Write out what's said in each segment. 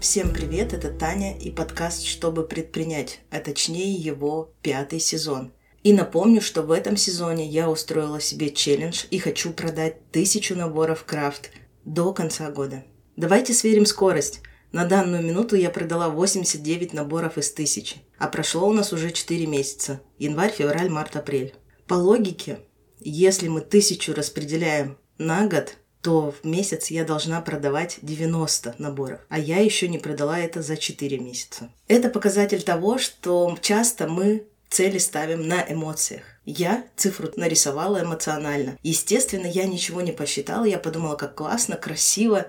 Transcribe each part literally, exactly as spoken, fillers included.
Всем привет, это Таня и подкаст «Чтобы предпринять», а точнее его пятый сезон. И напомню, что в этом сезоне я устроила себе челлендж и хочу продать тысячу наборов крафт до конца года. Давайте сверим скорость. На данную минуту я продала восемьдесят девять наборов из тысячи, а прошло у нас уже четыре месяца – январь, февраль, март, апрель. По логике, если мы тысячу распределяем на год, то в месяц я должна продавать девяносто наборов, а я еще не продала это за четыре месяца. Это показатель того, что часто мы цели ставим на эмоциях. Я цифру нарисовала эмоционально. Естественно, я ничего не посчитала, я подумала, как классно, красиво.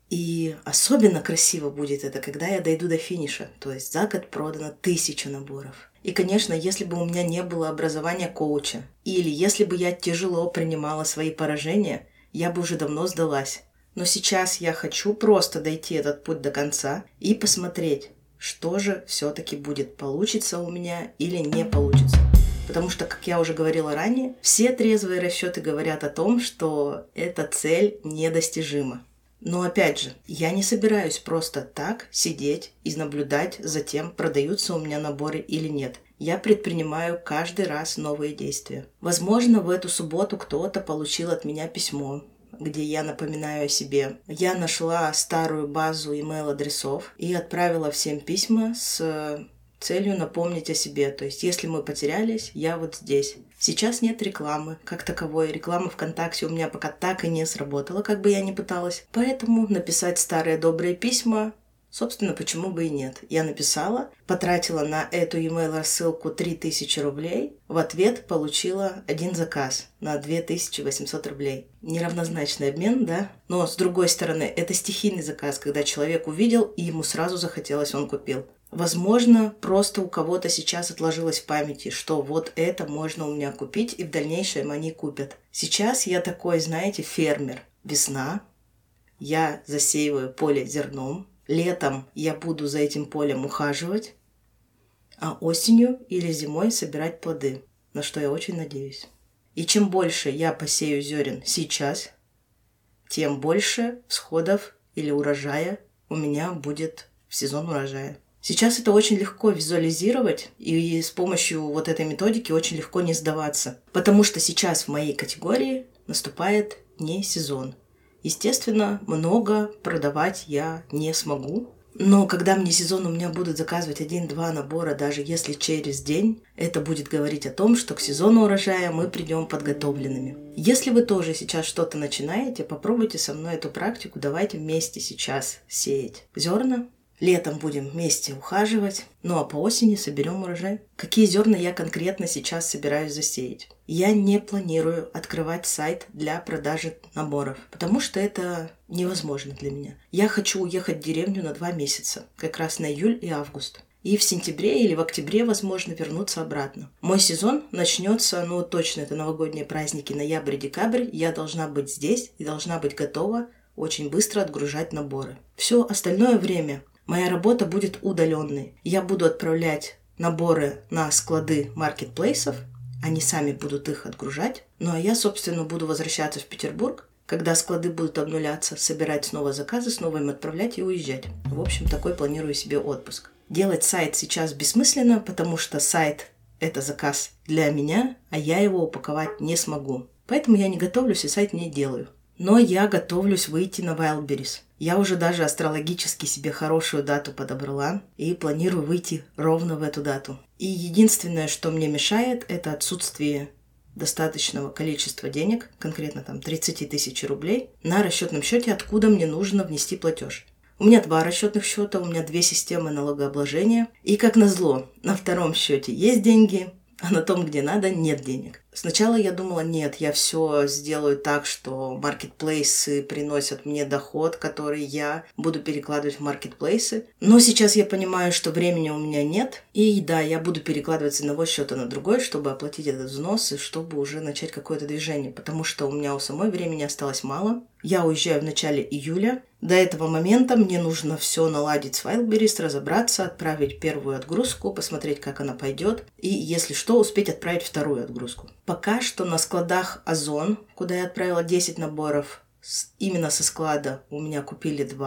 И особенно красиво будет это, когда я дойду до финиша. То есть за год продано тысяча наборов. И, конечно, если бы у меня не было образования коуча, или если бы я тяжело принимала свои поражения, я бы уже давно сдалась. Но сейчас я хочу просто дойти этот путь до конца и посмотреть, что же все-таки будет, получится у меня или не получится. Потому что, как я уже говорила ранее, все трезвые расчеты говорят о том, что эта цель недостижима. Но опять же, я не собираюсь просто так сидеть и наблюдать за тем, продаются у меня наборы или нет. Я предпринимаю каждый раз новые действия. Возможно, в эту субботу кто-то получил от меня письмо, где я напоминаю о себе. Я нашла старую базу email-адресов и отправила всем письма с целью напомнить о себе. То есть, если мы потерялись, я вот здесь. Сейчас нет рекламы как таковой. Реклама ВКонтакте у меня пока так и не сработала, как бы я ни пыталась. Поэтому написать старые добрые письма, собственно, почему бы и нет. Я написала, потратила на эту email-рассылку три тысячи рублей. В ответ получила один заказ на две тысячи восемьсот рублей. Неравнозначный обмен, да? Но, с другой стороны, это стихийный заказ, когда человек увидел и ему сразу захотелось, он купил. Возможно, просто у кого-то сейчас отложилось в памяти, что вот это можно у меня купить, и в дальнейшем они купят. Сейчас я такой, знаете, фермер. Весна, я засеиваю поле зерном, летом я буду за этим полем ухаживать, а осенью или зимой собирать плоды, на что я очень надеюсь. И чем больше я посею зерен сейчас, тем больше всходов или урожая у меня будет в сезон урожая. Сейчас это очень легко визуализировать, и с помощью вот этой методики очень легко не сдаваться. Потому что сейчас в моей категории наступает не сезон. Естественно, много продавать я не смогу. Но когда мне сезон, у меня будут заказывать один-два набора, даже если через день, это будет говорить о том, что к сезону урожая мы придем подготовленными. Если вы тоже сейчас что-то начинаете, попробуйте со мной эту практику, давайте вместе сейчас сеять зерна. Летом будем вместе ухаживать, ну а по осени соберем урожай. Какие зерна я конкретно сейчас собираюсь засеять? Я не планирую открывать сайт для продажи наборов, потому что это невозможно для меня. Я хочу уехать в деревню на два месяца, как раз на июль и август. И в сентябре или в октябре, возможно, вернуться обратно. Мой сезон начнется, ну точно, это новогодние праздники, ноябрь-декабрь. Я должна быть здесь и должна быть готова очень быстро отгружать наборы. Все остальное время моя работа будет удаленной. Я буду отправлять наборы на склады маркетплейсов, они сами будут их отгружать. Ну а я, собственно, буду возвращаться в Петербург, когда склады будут обнуляться, собирать снова заказы, снова им отправлять и уезжать. В общем, такой планирую себе отпуск. Делать сайт сейчас бессмысленно, потому что сайт – это заказ для меня, а я его упаковать не смогу. Поэтому я не готовлюсь и сайт не делаю. Но я готовлюсь выйти на Wildberries. Я уже даже астрологически себе хорошую дату подобрала и планирую выйти ровно в эту дату. И единственное, что мне мешает, это отсутствие достаточного количества денег, конкретно там тридцать тысяч рублей, на расчетном счете, откуда мне нужно внести платеж. У меня два расчетных счета, у меня две системы налогообложения. И как назло, на втором счете есть деньги, а на том, где надо, нет денег. Сначала я думала, нет, я все сделаю так, что маркетплейсы приносят мне доход, который я буду перекладывать в маркетплейсы. Но сейчас я понимаю, что времени у меня нет. И да, я буду перекладывать с одного счета на другой, чтобы оплатить этот взнос и чтобы уже начать какое-то движение. Потому что у меня у самой времени осталось мало. Я уезжаю в начале июля. До этого момента мне нужно все наладить с Wildberries, разобраться, отправить первую отгрузку, посмотреть, как она пойдет. И, если что, успеть отправить вторую отгрузку. Пока что на складах Озон, куда я отправила десять наборов, именно со склада у меня купили два.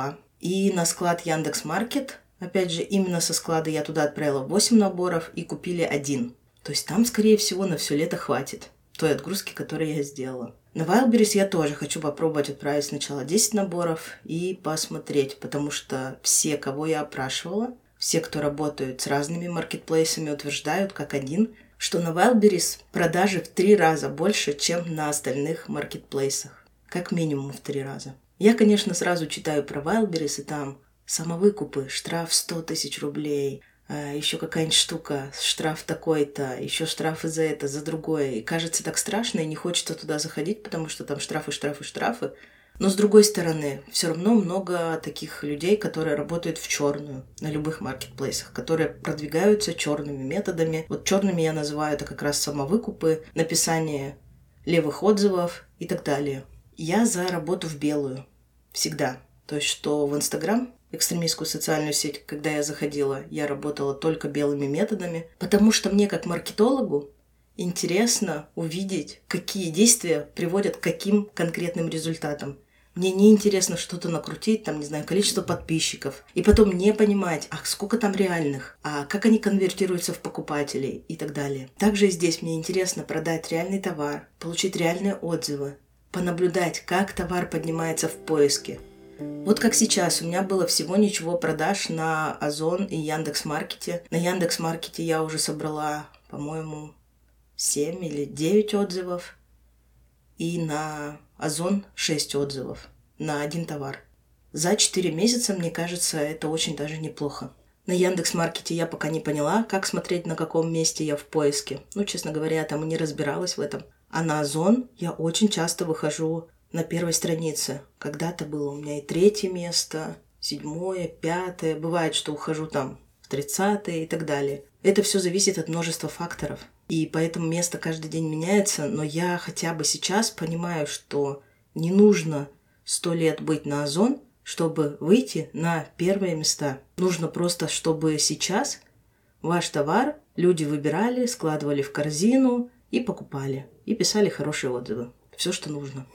И на склад Яндекс.Маркет, опять же, именно со склада я туда отправила восемь наборов и купили один. То есть там, скорее всего, на все лето хватит той отгрузки, которую я сделала. На Wildberries я тоже хочу попробовать отправить сначала десять наборов и посмотреть, потому что все, кого я опрашивала, все, кто работают с разными маркетплейсами, утверждают как один, что на Wildberries продажи в три раза больше, чем на остальных маркетплейсах. Как минимум в три раза. Я, конечно, сразу читаю про Wildberries, и там самовыкупы, штраф сто тысяч рублей, еще какая-нибудь штука, штраф такой-то, еще штрафы за это, за другое. И кажется так страшно, и не хочется туда заходить, потому что там штрафы, штрафы, штрафы. Но с другой стороны, все равно много таких людей, которые работают в черную на любых маркетплейсах, которые продвигаются черными методами. Вот черными я называю это как раз самовыкупы, написание левых отзывов и так далее. Я за работу в белую. Всегда. То есть, что в Инстаграм, экстремистскую социальную сеть, когда я заходила, я работала только белыми методами, потому что мне, как маркетологу, интересно увидеть, какие действия приводят к каким конкретным результатам. Мне не интересно что-то накрутить, там, не знаю, количество подписчиков, и потом не понимать, а сколько там реальных, а как они конвертируются в покупателей и так далее. Также и здесь мне интересно продать реальный товар, получить реальные отзывы, понаблюдать, как товар поднимается в поиске. Вот как сейчас, у меня было всего ничего продаж на Озон и Яндекс.Маркете. На Яндекс.Маркете я уже собрала, по-моему, семь или девять отзывов. И на Озон шесть отзывов на один товар. За четыре месяца, мне кажется, это очень даже неплохо. На Яндекс.Маркете я пока не поняла, как смотреть, на каком месте я в поиске. Ну, честно говоря, я там и не разбиралась в этом. А на Озон я очень часто выхожу на первой странице. Когда-то было у меня и третье место, седьмое, пятое. Бывает, что ухожу там в тридцатое и так далее. Это все зависит от множества факторов. И поэтому место каждый день меняется, но я хотя бы сейчас понимаю, что не нужно сто лет быть на Озон, чтобы выйти на первые места. Нужно просто, чтобы сейчас ваш товар люди выбирали, складывали в корзину и покупали. И писали хорошие отзывы. Все, что нужно.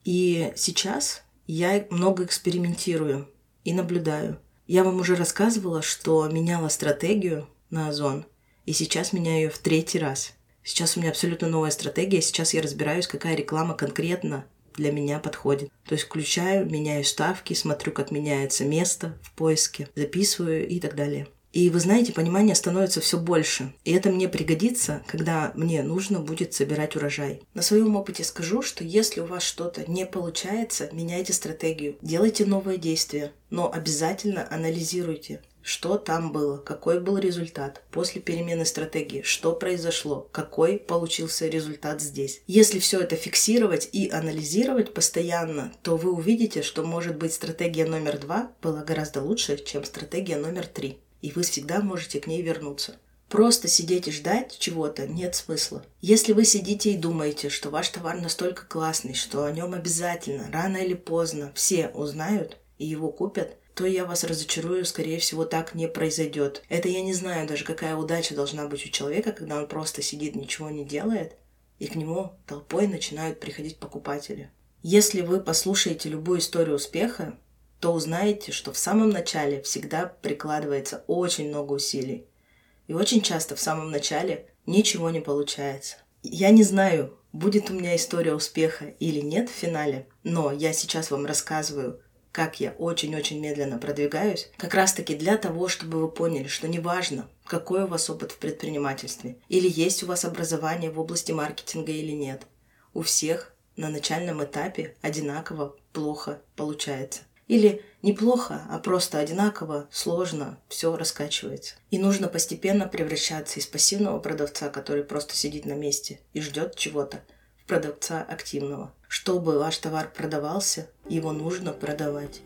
И сейчас я много экспериментирую и наблюдаю. Я вам уже рассказывала, что меняла стратегию на Озон. И сейчас меняю ее в третий раз. Сейчас у меня абсолютно новая стратегия. Сейчас я разбираюсь, какая реклама конкретно для меня подходит. То есть включаю, меняю ставки, смотрю, как меняется место в поиске, записываю и так далее. И вы знаете, понимание становится все больше. И это мне пригодится, когда мне нужно будет собирать урожай. На своем опыте скажу, что если у вас что-то не получается, меняйте стратегию, делайте новые действия, но обязательно анализируйте, что там было, какой был результат после перемены стратегии, что произошло, какой получился результат здесь. Если все это фиксировать и анализировать постоянно, то вы увидите, что, может быть, стратегия номер два была гораздо лучше, чем стратегия номер три. И вы всегда можете к ней вернуться. Просто сидеть и ждать чего-то нет смысла. Если вы сидите и думаете, что ваш товар настолько классный, что о нем обязательно, рано или поздно, все узнают и его купят, то я вас разочарую, скорее всего, так не произойдет. Это я не знаю даже, какая удача должна быть у человека, когда он просто сидит, ничего не делает, и к нему толпой начинают приходить покупатели. Если вы послушаете любую историю успеха, то узнаете, что в самом начале всегда прикладывается очень много усилий. И очень часто в самом начале ничего не получается. Я не знаю, будет у меня история успеха или нет в финале, но я сейчас вам рассказываю, как я очень-очень медленно продвигаюсь, как раз-таки для того, чтобы вы поняли, что неважно, какой у вас опыт в предпринимательстве, или есть у вас образование в области маркетинга или нет, у всех на начальном этапе одинаково плохо получается. Или неплохо, а просто одинаково, сложно, все раскачивается. И нужно постепенно превращаться из пассивного продавца, который просто сидит на месте и ждет чего-то, в продавца активного. Чтобы ваш товар продавался, его нужно продавать.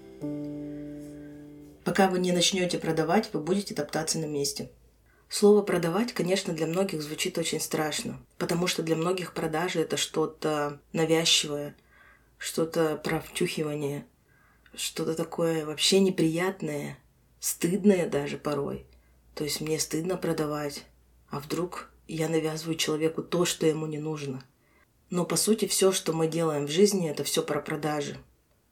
Пока вы не начнете продавать, вы будете топтаться на месте. Слово «продавать», конечно, для многих звучит очень страшно, потому что для многих продажи – это что-то навязчивое, что-то про втюхивание, что-то такое вообще неприятное, стыдное даже порой. То есть мне стыдно продавать, а вдруг я навязываю человеку то, что ему не нужно. Но по сути все, что мы делаем в жизни, это все про продажи.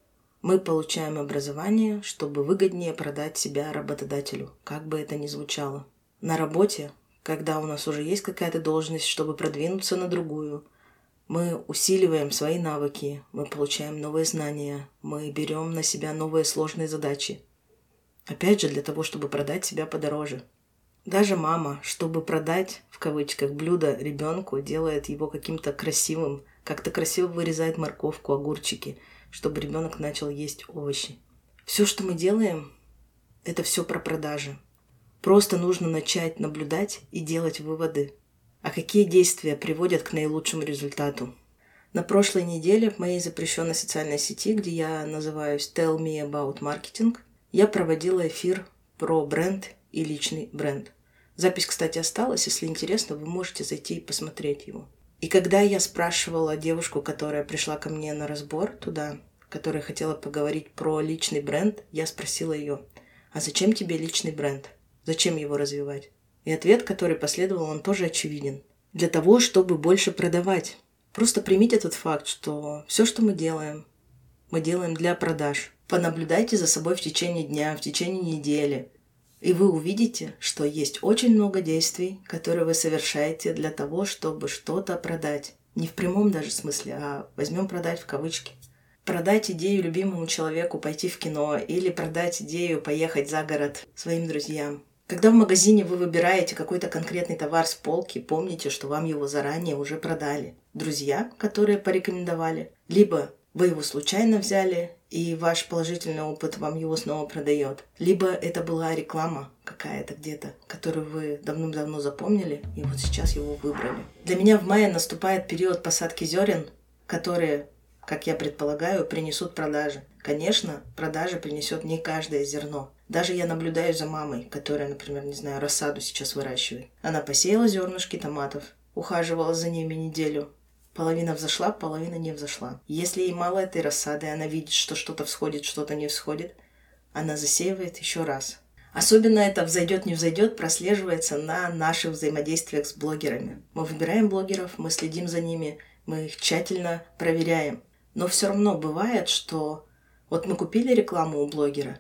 Мы получаем образование, чтобы выгоднее продать себя работодателю, как бы это ни звучало. На работе, когда у нас уже есть какая-то должность, чтобы продвинуться на другую, мы усиливаем свои навыки, мы получаем новые знания, мы берем на себя новые сложные задачи. Опять же, для того, чтобы продать себя подороже. Даже мама, чтобы продать, в кавычках, блюдо ребенку, делает его каким-то красивым, как-то красиво вырезает морковку, огурчики, чтобы ребенок начал есть овощи. Все, что мы делаем, это все про продажи. Просто нужно начать наблюдать и делать выводы. А какие действия приводят к наилучшему результату? На прошлой неделе в моей запрещенной социальной сети, где я называюсь Tell Me About Marketing, я проводила эфир про бренд и личный бренд. Запись, кстати, осталась. Если интересно, вы можете зайти и посмотреть его. И когда я спрашивала девушку, которая пришла ко мне на разбор туда, которая хотела поговорить про личный бренд, я спросила ее: а зачем тебе личный бренд? Зачем его развивать? И ответ, который последовал, он тоже очевиден. Для того, чтобы больше продавать. Просто примите тот факт, что все, что мы делаем, мы делаем для продаж. Понаблюдайте за собой в течение дня, в течение недели. И вы увидите, что есть очень много действий, которые вы совершаете для того, чтобы что-то продать. Не в прямом даже смысле, а возьмем продать в кавычки. Продать идею любимому человеку пойти в кино или продать идею поехать за город своим друзьям. Когда в магазине вы выбираете какой-то конкретный товар с полки, помните, что вам его заранее уже продали друзья, которые порекомендовали, либо вы его случайно взяли, и ваш положительный опыт вам его снова продает. Либо это была реклама какая-то где-то, которую вы давным-давно запомнили, и вот сейчас его выбрали. Для меня в мае наступает период посадки зерен, которые, как я предполагаю, принесут продажи. Конечно, продажи принесет не каждое зерно. Даже я наблюдаю за мамой, которая, например, не знаю, рассаду сейчас выращивает. Она посеяла зернышки томатов, ухаживала за ними неделю. Половина взошла, половина не взошла. Если ей мало этой рассады, она видит, что что-то всходит, что-то не всходит, она засеивает еще раз. Особенно это взойдет, не взойдет, прослеживается на наших взаимодействиях с блогерами. Мы выбираем блогеров, мы следим за ними, мы их тщательно проверяем. Но все равно бывает, что вот мы купили рекламу у блогера,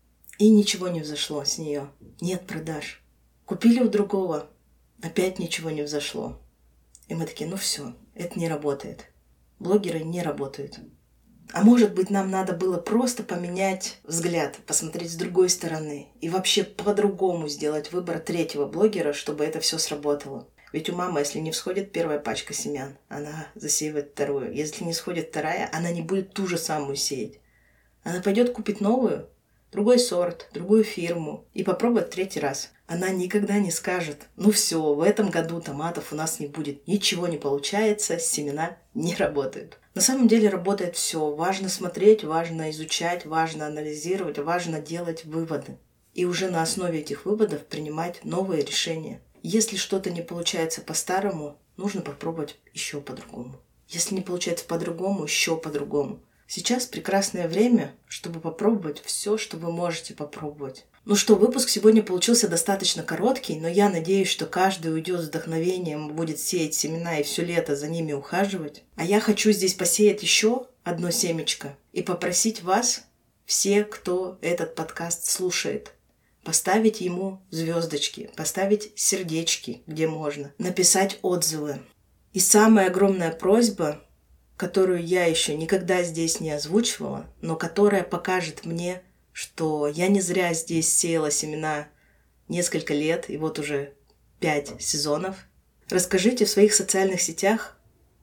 и ничего не взошло с нее. Нет продаж. Купили у другого, опять ничего не взошло. И мы такие, ну все, это не работает. Блогеры не работают. А может быть, нам надо было просто поменять взгляд, посмотреть с другой стороны и вообще по-другому сделать выбор третьего блогера, чтобы это все сработало. Ведь у мамы, если не всходит первая пачка семян, она засеивает вторую. Если не сходит вторая, она не будет ту же самую сеять. Она пойдет купить новую, другой сорт, другую фирму и попробует третий раз. Она никогда не скажет: ну все, в этом году томатов у нас не будет, ничего не получается, семена не работают. На самом деле работает все. Важно смотреть, важно изучать, важно анализировать, важно делать выводы. И уже на основе этих выводов принимать новые решения. Если что-то не получается по-старому, нужно попробовать еще по-другому. Если не получается по-другому, еще по-другому. Сейчас прекрасное время, чтобы попробовать все, что вы можете попробовать. Ну что, выпуск сегодня получился достаточно короткий, но я надеюсь, что каждый уйдет с вдохновением, будет сеять семена и все лето за ними ухаживать. А я хочу здесь посеять еще одно семечко и попросить вас, все, кто этот подкаст слушает, поставить ему звездочки, поставить сердечки, где можно, написать отзывы. И самая огромная просьба, которую я еще никогда здесь не озвучивала, но которая покажет мне, что я не зря здесь сеяла семена несколько лет, и вот уже пять сезонов. Расскажите в своих социальных сетях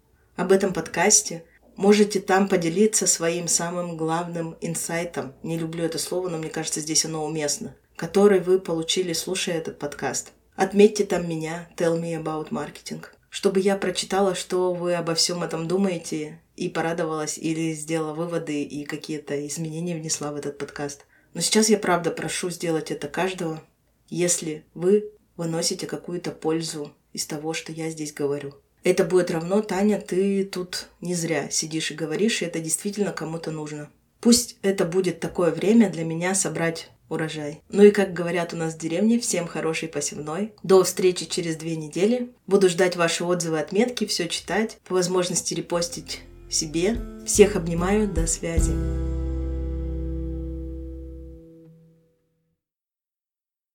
об этом подкасте. Можете там поделиться своим самым главным инсайтом. Не люблю это слово, но мне кажется, здесь оно уместно. Который вы получили, слушая этот подкаст. Отметьте там меня, Tell Me About Marketing, чтобы я прочитала, что вы обо всем этом думаете, и порадовалась или сделала выводы и какие-то изменения внесла в этот подкаст. Но сейчас я правда прошу сделать это каждого, если вы выносите какую-то пользу из того, что я здесь говорю. Это будет равно: Таня, ты тут не зря сидишь и говоришь, и это действительно кому-то нужно. Пусть это будет такое время для меня собрать урожай. Ну и как говорят у нас в деревне, всем хорошей посевной. До встречи через две недели. Буду ждать ваши отзывы, отметки, все читать, по возможности репостить себе. Всех обнимаю, до связи.